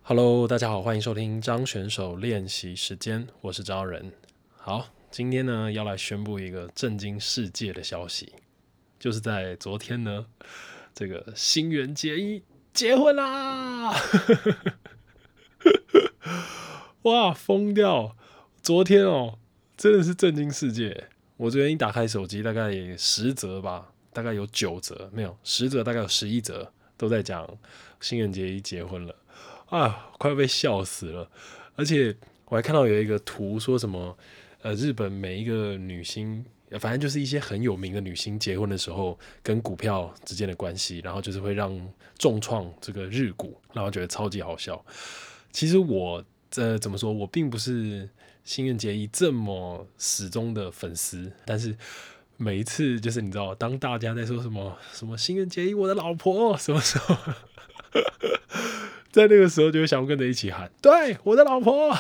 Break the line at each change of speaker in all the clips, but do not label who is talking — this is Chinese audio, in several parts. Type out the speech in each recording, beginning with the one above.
Hello，大家好，欢迎收听张选手练习时间，我是张仁。好，今天呢要来宣布一个震惊世界的消息，就是在昨天呢，这个新垣结衣结婚啦！哇，疯掉！昨天哦，真的是震惊世界。我昨天一打开手机，大概10则吧，大概有9则，没有10则，大概有11则都在讲新垣结衣结婚了。啊，快要被笑死了！而且我还看到有一个图，说什么日本每一个女星，反正就是一些很有名的女星结婚的时候，跟股票之间的关系，然后就是会让重创这个日股，然后觉得超级好笑。其实我怎么说，我并不是新垣结衣这么死忠的粉丝，但是每一次就是你知道，当大家在说什么新垣结衣我的老婆什么时候，在那个时候就会想跟着一起喊，对，我的老婆，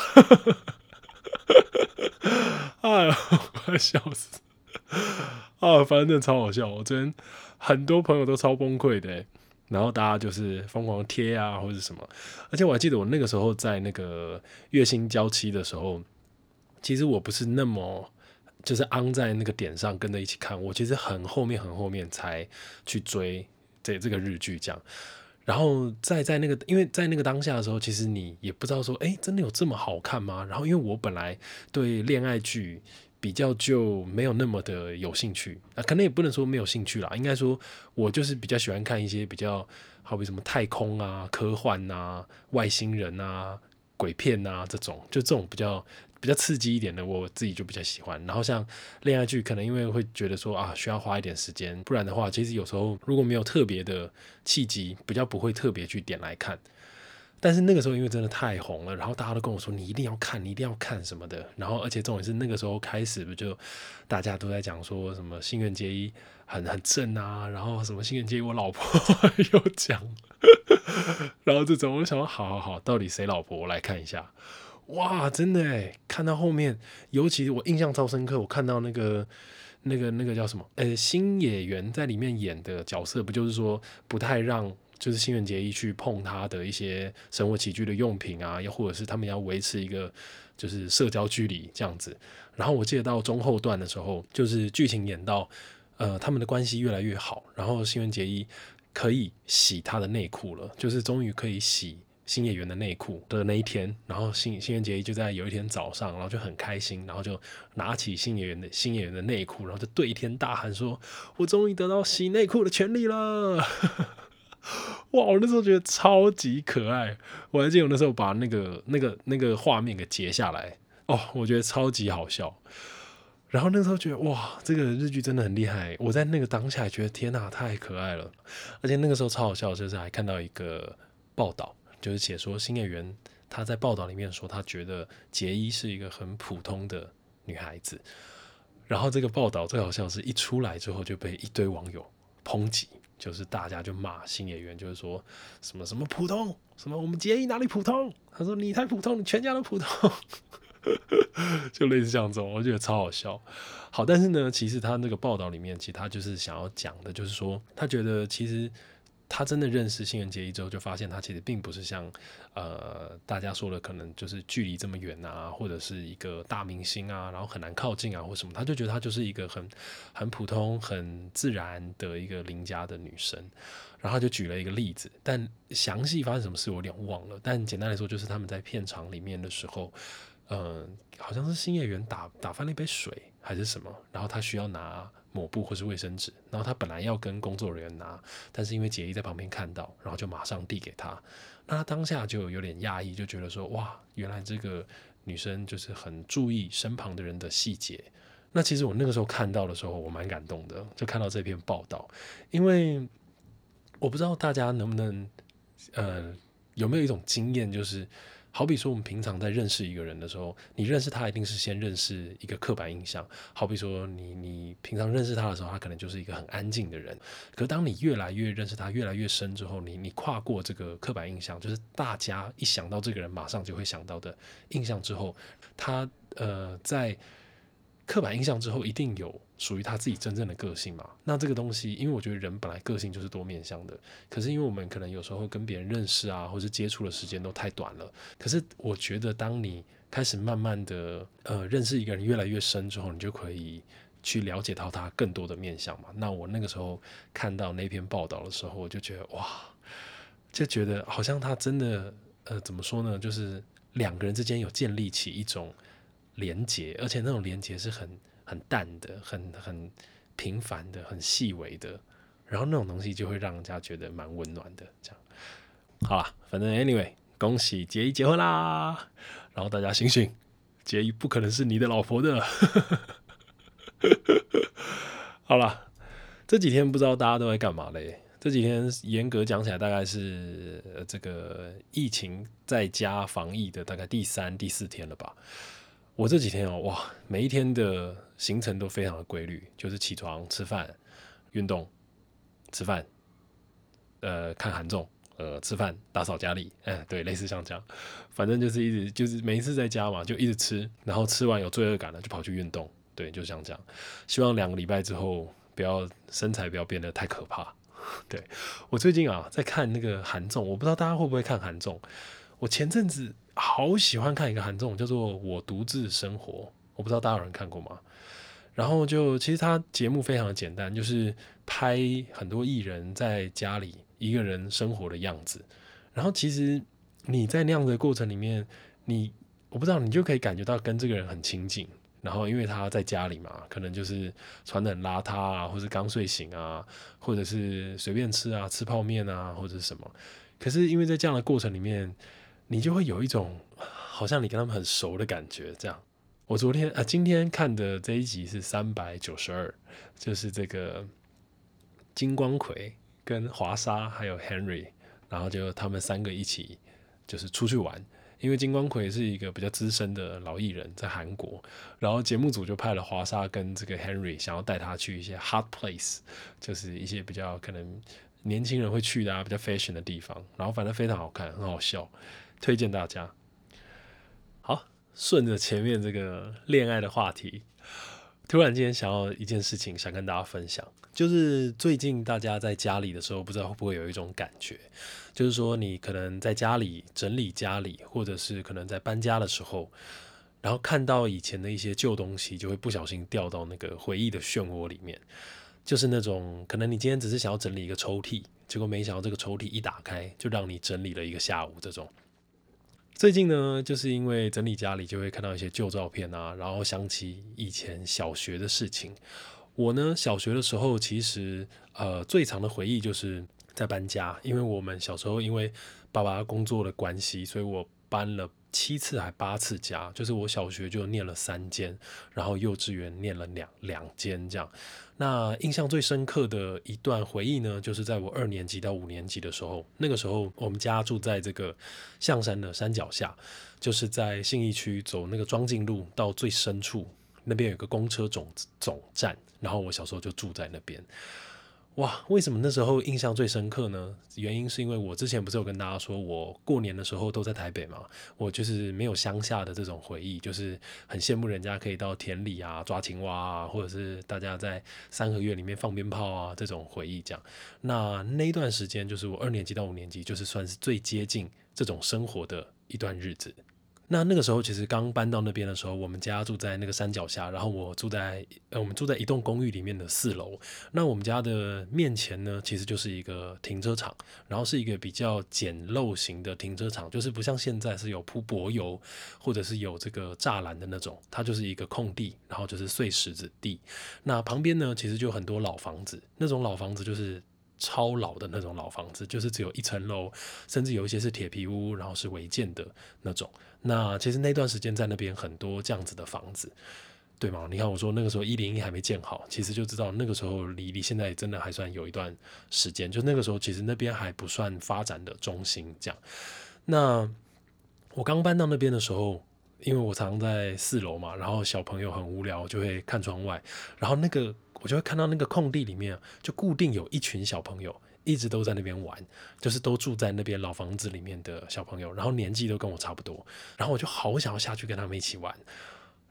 哎呦，快笑死！啊，反正真的超好笑。我昨天很多朋友都超崩溃的，然后大家就是疯狂贴啊或者什么，而且我还记得我那个时候在那个月薪娇妻的时候，其实我不是那么就是昂在那个点上跟着一起看，我其实很后面才去追这个日剧这样。然后在那个，因为在那个当下的时候，其实你也不知道说，哎，真的有这么好看吗？然后因为我本来对恋爱剧比较就没有那么的有兴趣，可能也不能说没有兴趣啦，应该说我就是比较喜欢看一些比较好比什么太空啊、科幻啊、外星人啊、鬼片啊这种，就这种比较刺激一点的，我自己就比较喜欢。然后像恋爱剧，可能因为会觉得说啊，需要花一点时间，不然的话，其实有时候如果没有特别的契机，比较不会特别去点来看。但是那个时候因为真的太红了，然后大家都跟我说你一定要看，你一定要看什么的。然后而且重点是那个时候开始不就大家都在讲说什么新垣结衣很正啊，然后什么新垣结衣我老婆又讲，然后这种我就想说好，到底谁老婆？我来看一下。哇，真的哎，看到后面，尤其我印象超深刻，我看到那个叫什么？新演员在里面演的角色，不就是说不太让就是新垣结衣去碰他的一些生活起居的用品啊，又或者是他们要维持一个就是社交距离这样子。然后我记得到中后段的时候，就是剧情演到他们的关系越来越好，然后新垣结衣可以洗他的内裤了，就是终于可以洗新演员的内裤的那一天，然后新垣结衣就在有一天早上，然后就很开心，然后就拿起新演员的内裤，然后就对天大喊说：“我终于得到洗内裤的权利了！”哇，我那时候觉得超级可爱，我还记得我那时候把那个画面给截下来，哦，我觉得超级好笑。然后那时候觉得哇，这个日剧真的很厉害。我在那个当下觉得天哪，太可爱了。而且那个时候超好笑，就是还看到一个报道，就是写说新演员他在报道里面说，他觉得结衣是一个很普通的女孩子。然后这个报道最好笑是一出来之后就被一堆网友抨击，就是大家就骂新演员，就是说什么什么普通，什么我们结衣哪里普通？他说你太普通，你全家都普通。就类似像这种，我觉得超好笑。好，但是呢，其实他那个报道里面，其实他就是想要讲的，就是说，他觉得其实他真的认识新垣结衣之后，就发现他其实并不是像大家说的，可能就是距离这么远啊，或者是一个大明星啊，然后很难靠近啊，或什么。他就觉得他就是一个很普通、很自然的一个邻家的女生。然后他就举了一个例子，但详细发生什么事我有点忘了。但简单来说，就是他们在片场里面的时候。好像是新演员打翻了一杯水还是什么，然后他需要拿抹布或是卫生纸，然后他本来要跟工作人员拿，但是因为结衣在旁边看到，然后就马上递给他。那他当下就有点讶异，就觉得说哇，原来这个女生就是很注意身旁的人的细节。那其实我那个时候看到的时候，我蛮感动的，就看到这篇报道，因为我不知道大家能不能有没有一种经验，就是好比说我们平常在认识一个人的时候，你认识他一定是先认识一个刻板印象。好比说你平常认识他的时候，他可能就是一个很安静的人。可是当你越来越认识他越来越深之后，你跨过这个刻板印象，就是大家一想到这个人马上就会想到的印象之后，他在刻板印象之后，一定有属于他自己真正的个性嘛。那这个东西，因为我觉得人本来个性就是多面向的，可是因为我们可能有时候跟别人认识啊，或是接触的时间都太短了。可是我觉得，当你开始慢慢的认识一个人越来越深之后，你就可以去了解到他更多的面向嘛。那我那个时候看到那篇报道的时候，我就觉得哇，就觉得好像他真的怎么说呢，就是两个人之间有建立起一种连结，而且那种连结是很淡的、很平凡的、很细微的，然后那种东西就会让人家觉得蛮温暖的。这样，好啦，反正 anyway， 恭喜杰伊结婚啦！然后大家醒醒，杰伊不可能是你的老婆的。好啦，这几天不知道大家都在干嘛嘞？这几天严格讲起来，大概是这个疫情在家防疫的大概第3、第4天了吧。我这几天哇，每一天的行程都非常的规律，就是起床、吃饭、运动、吃饭，看韩综，吃饭、打扫家里，对，类似像这样，反正就是一直就是每一次在家嘛，就一直吃，然后吃完有罪恶感了就跑去运动，对，就像这样。希望2个礼拜之后身材不要变得太可怕。对，我最近在看那个韩综，我不知道大家会不会看韩综。我前阵子好喜欢看一个韩综，叫做《我独自生活》，我不知道大家有人看过吗？然后其实它节目非常的简单，就是拍很多艺人在家里一个人生活的样子。然后其实你在那样的过程里面，我不知道你就可以感觉到跟这个人很亲近。然后因为他在家里嘛，可能就是穿得很邋遢啊，或是刚睡醒啊，或者是随便吃啊，吃泡面啊，或者是什么。可是因为在这样的过程里面，你就会有一种好像你跟他们很熟的感觉。这样，我今天看的这一集是392，就是这个金光奎跟华莎还有 Henry， 然后就他们3个一起就是出去玩。因为金光奎是一个比较资深的老艺人，在韩国，然后节目组就派了华莎跟这个 Henry， 想要带他去一些 hot place， 就是一些比较可能年轻人会去的比较 fashion 的地方，然后反正非常好看，很好笑，推荐大家。好，顺着前面这个恋爱的话题，突然间想要一件事情想跟大家分享，就是最近大家在家里的时候，不知道会不会有一种感觉，就是说你可能在家里整理家里，或者是可能在搬家的时候，然后看到以前的一些旧东西，就会不小心掉到那个回忆的漩涡里面。就是那种可能你今天只是想要整理一个抽屉，结果没想到这个抽屉一打开，就让你整理了一个下午。这种最近呢，就是因为整理家里，就会看到一些旧照片啊，然后想起以前小学的事情。我呢，小学的时候其实最长的回忆就是在搬家，因为我们小时候因为爸爸工作的关系，所以我搬了7次还8次家，就是我小学就念了3间，然后幼稚园念了两间这样。那印象最深刻的一段回忆呢，就是在我2年级到5年级的时候，那个时候我们家住在这个象山的山脚下，就是在信义区走那个庄敬路到最深处，那边有个公车总站，然后我小时候就住在那边。哇，为什么那时候印象最深刻呢？原因是因为我之前不是有跟大家说，我过年的时候都在台北嘛，我就是没有乡下的这种回忆，就是很羡慕人家可以到田里啊抓青蛙啊，或者是大家在3合院里面放鞭炮啊这种回忆这样。那一段时间就是我2年级到5年级，就是算是最接近这种生活的一段日子。那个时候其实刚搬到那边的时候，我们家住在那个山脚下，然后我们住在一栋公寓里面的4楼。那我们家的面前呢，其实就是一个停车场，然后是一个比较简陋型的停车场，就是不像现在是有铺柏油或者是有这个栅栏的那种，它就是一个空地，然后就是碎石子地。那旁边呢，其实就很多老房子，那种老房子就是超老的那种老房子，就是只有1层楼，甚至有一些是铁皮屋，然后是违建的那种。那其实那段时间在那边很多这样子的房子，对吗？你看我说那个时候101还没建好，其实就知道那个时候离现在真的还算有一段时间。就那个时候其实那边还不算发展的中心这样。那我刚搬到那边的时候，因为我常在4楼嘛，然后小朋友很无聊就会看窗外，然后我就会看到那个空地里面就固定有一群小朋友一直都在那边玩，就是都住在那边老房子里面的小朋友，然后年纪都跟我差不多，然后我就好想要下去跟他们一起玩。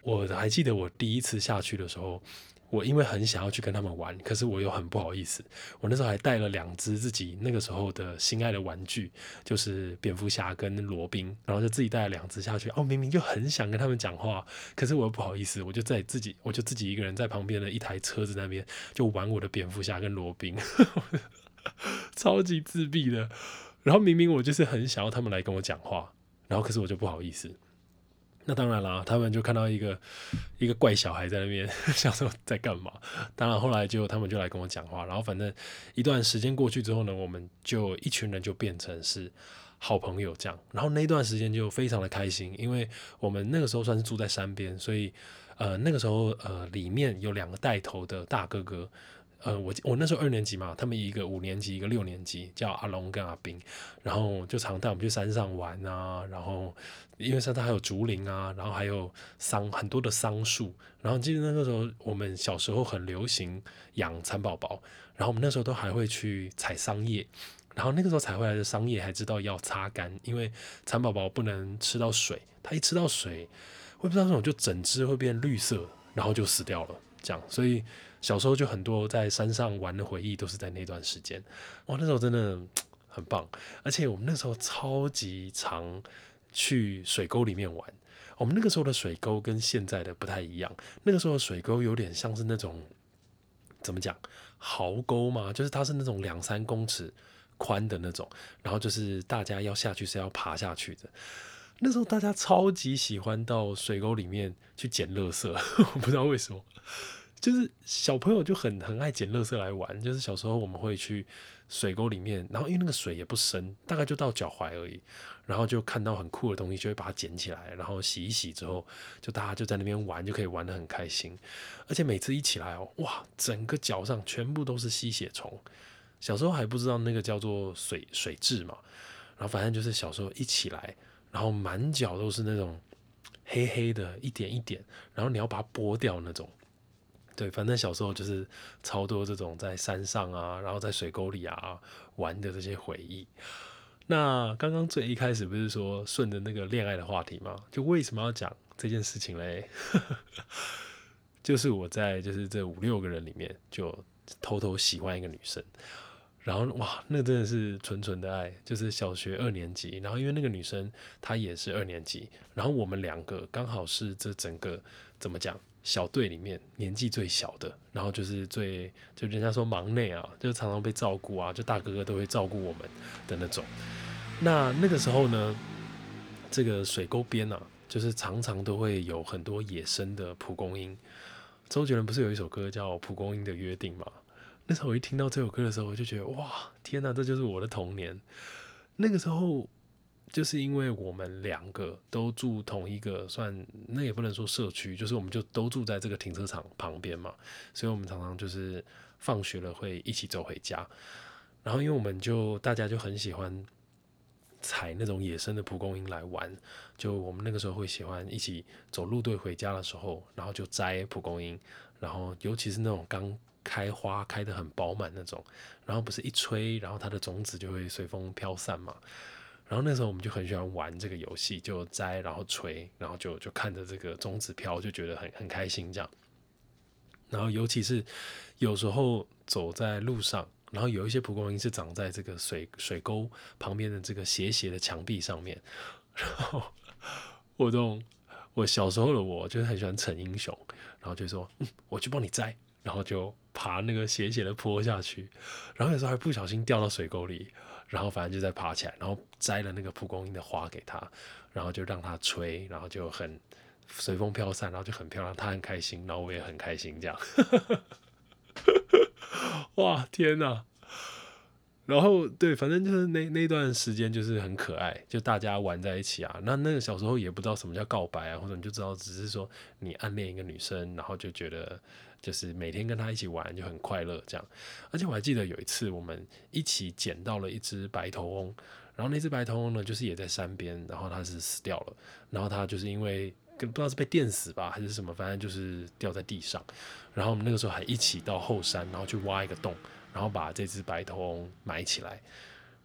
我还记得我第一次下去的时候，我因为很想要去跟他们玩，可是我又很不好意思。我那时候还带了2只自己那个时候的心爱的玩具，就是蝙蝠侠跟罗宾，然后就自己带了2只下去。明明就很想跟他们讲话，可是我又不好意思，我就自己一个人在旁边的一台车子那边就玩我的蝙蝠侠跟罗宾，超级自闭的。然后明明我就是很想要他们来跟我讲话，然后可是我就不好意思。那当然啦，他们就看到一个怪小孩在那边想说在干嘛。当然后来他们就来跟我讲话，然后反正一段时间过去之后呢，我们就一群人就变成是好朋友这样。然后那一段时间就非常的开心，因为我们那个时候算是住在山边，所以那个时候里面有2个带头的大哥哥。我那时候2年级嘛，他们一个5年级，一个6年级，叫阿龙跟阿斌，然后就常带我们去山上玩啊，然后因为山上还有竹林啊，然后还有很多的桑树，然后记得那个时候我们小时候很流行养蚕宝宝，然后我们那时候都还会去采桑叶，然后那个时候采回来的桑叶还知道要擦干，因为蚕宝宝不能吃到水，它一吃到水，我也不知道那种就整只会变绿色，然后就死掉了，这样，所以小时候就很多在山上玩的回忆都是在那段时间。哇，那时候真的很棒，而且我们那时候超级常去水沟里面玩。我们那个时候的水沟跟现在的不太一样，那个时候的水沟有点像是那种怎么讲壕沟嘛，就是它是那种2-3公尺宽的那种，然后就是大家要下去是要爬下去的。那时候大家超级喜欢到水沟里面去捡垃圾，我不知道为什么，就是小朋友就很爱捡垃圾来玩。就是小时候我们会去水沟里面，然后因为那个水也不深，大概就到脚踝而已，然后就看到很酷的东西，就会把它捡起来，然后洗一洗之后，就大家就在那边玩，就可以玩得很开心。而且每次一起来哇，整个脚上全部都是吸血虫。小时候还不知道那个叫做水蛭嘛，然后反正就是小时候一起来，然后满脚都是那种黑黑的一点一点，然后你要把它剥掉那种。对，反正小时候就是超多这种在山上啊，然后在水沟里啊玩的这些回忆。那刚刚最一开始不是说顺着那个恋爱的话题吗？就为什么要讲这件事情嘞？就是我在就是这5-6个人里面就偷偷喜欢一个女生。然后哇，那真的是纯纯的爱，就是小学2年级，然后因为那个女生她也是2年级，然后我们2个刚好是这整个怎么讲小队里面年纪最小的，然后就是就人家说忙内啊，就常常被照顾啊，就大哥哥都会照顾我们的那种。那个时候呢，这个水沟边啊，就是常常都会有很多野生的蒲公英。周杰伦不是有一首歌叫《蒲公英的约定》吗？那时候我一听到这首歌的时候，我就觉得哇，天哪，这就是我的童年。那个时候就是因为我们2个都住同一个那也不能说社区，就是我们就都住在这个停车场旁边嘛，所以我们常常就是放学了会一起走回家。然后因为我们大家就很喜欢采那种野生的蒲公英来玩，就我们那个时候会喜欢一起走路队回家的时候，然后就摘蒲公英，然后尤其是那种刚开花开得很饱满那种，然后不是一吹，然后它的种子就会随风飘散嘛。然后那时候我们就很喜欢玩这个游戏，就摘然后吹，然后就看着这个种子飘，就觉得很开心这样。然后尤其是有时候走在路上，然后有一些蒲公英是长在这个水沟旁边的这个斜斜的墙壁上面，然后我小时候的我就是很喜欢逞英雄，然后就说我去帮你摘，然后就爬那个斜斜的坡下去，然后有时候还不小心掉到水沟里，然后反正就再爬起来，然后摘了那个蒲公英的花给他，然后就让他吹，然后就很随风飘散，然后就很漂亮，他很开心，然后我也很开心，这样。哇，天哪！然后对，反正就是那段时间就是很可爱，就大家玩在一起啊。那个小时候也不知道什么叫告白啊，或者你就知道只是说你暗恋一个女生，然后就觉得就是每天跟她一起玩就很快乐这样。而且我还记得有一次我们一起捡到了一只白头翁，然后那只白头翁呢就是也在山边，然后它是死掉了，然后它就是因为不知道是被电死吧还是什么，反正就是掉在地上。然后我们那个时候还一起到后山，然后去挖一个洞，然后把这只白头翁埋起来。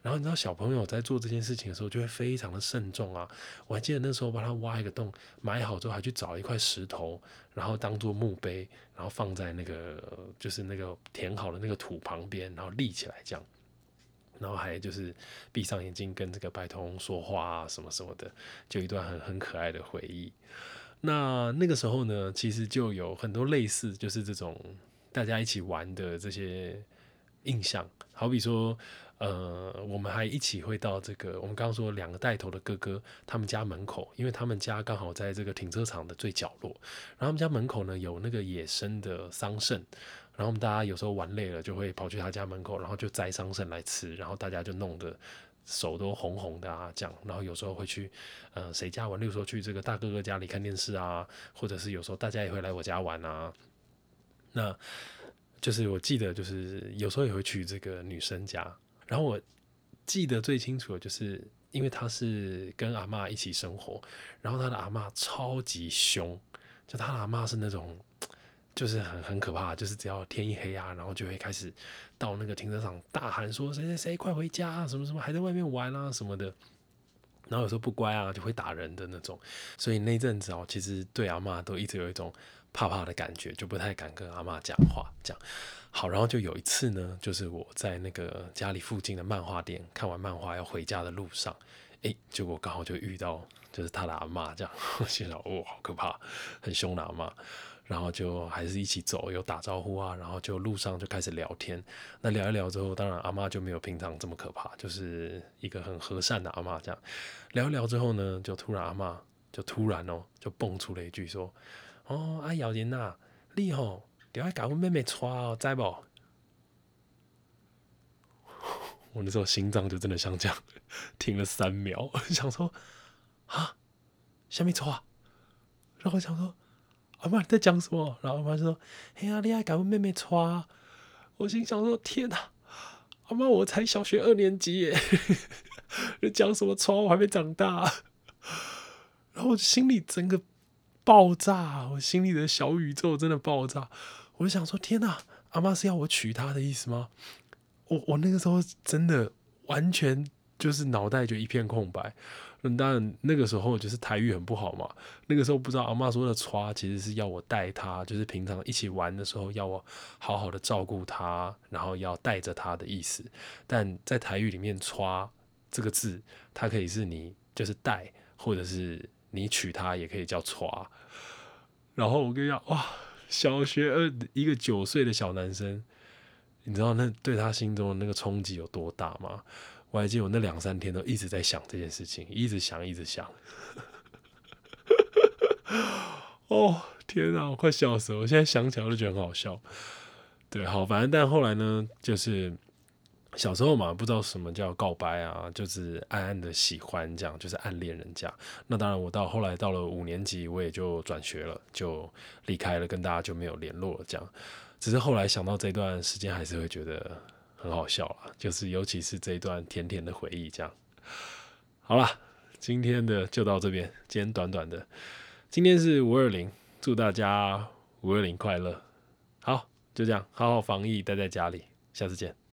然后你知道小朋友在做这件事情的时候就会非常的慎重啊。我还记得那时候帮他挖一个洞，埋好之后还去找一块石头，然后当做墓碑，然后放在那个就是那个填好的那个土旁边，然后立起来这样。然后还就是闭上眼睛跟这个白头翁说话啊什么什么的，就一段很可爱的回忆。那个时候呢，其实就有很多类似就是这种大家一起玩的这些印象，好比说，我们还一起会到这个我们刚刚说2个带头的哥哥他们家门口，因为他们家刚好在这个停车场的最角落，然后他们家门口呢有那个野生的桑葚，然后我们大家有时候玩累了就会跑去他家门口，然后就摘桑葚来吃，然后大家就弄得手都红红的啊，这样，然后有时候会去谁家玩，例如说去这个大哥哥家里看电视啊，或者是有时候大家也会来我家玩啊。那就是我记得就是有时候也会去这个女生家，然后我记得最清楚的就是因为他是跟阿嬷一起生活，然后他的阿嬷超级凶，就他的阿嬷是那种就是很可怕，就是只要天一黑啊，然后就会开始到那个停车场大喊说谁谁谁快回家啊，什么什么还在外面玩啊什么的，然后有时候不乖啊就会打人的那种，所以那阵子其实对阿嬷都一直有一种怕怕的感觉，就不太敢跟阿嬷讲话这样。好，然后就有一次呢，就是我在那个家里附近的漫画店看完漫画要回家的路上，结果刚好就遇到就是他的阿嬷这样，我心想哇好可怕，很凶的阿嬷。然后就还是一起走，有打招呼啊，然后就路上就开始聊天。那聊一聊之后，当然阿嬷就没有平常这么可怕，就是一个很和善的阿嬷这样。聊一聊之后呢，就突然阿嬷就突然就蹦出了一句说：啊姚莲啊，你就要把我妹妹娶哦，知不？我那时候心脏就真的像这样停了3秒，我想说啊，什么娶？然后我想说阿嬷你在讲什么？然后阿嬷就说：嘿呀，你要把我妹妹娶。我心想说：天哪，阿嬷我才小学2年级耶，你讲什么娶？我还没长大。然后我心里整个爆炸，我心里的小宇宙真的爆炸。我就想说：天哪，阿嬷是要我娶她的意思吗？我那个时候真的完全就是脑袋就一片空白。当然那个时候就是台语很不好嘛，那个时候不知道阿嬷说的"抓"其实是要我带她，就是平常一起玩的时候要我好好的照顾她，然后要带着她的意思。但在台语里面"抓"这个字，它可以是你就是带，或者是你娶她也可以叫"抓"。然后我跟你讲，哇，小学一个9岁的小男生，你知道那对他心中的那个冲击有多大吗？我还记得我那2、3天都一直在想这件事情，一直想，一直想。哦，天哪，我快笑死了！我现在想起来我就觉得很好笑。对，好，反正但后来呢，就是小时候嘛，不知道什么叫告白啊，就是暗暗的喜欢这样，就是暗恋人家。那当然，我后来到了5年级，我也就转学了，就离开了，跟大家就没有联络了。这样，只是后来想到这段时间，还是会觉得很好笑啦，就是尤其是这一段甜甜的回忆。这样，好啦，今天的就到这边，今天短短的，今天是520，祝大家520快乐。好，就这样，好好防疫，待在家里，下次见。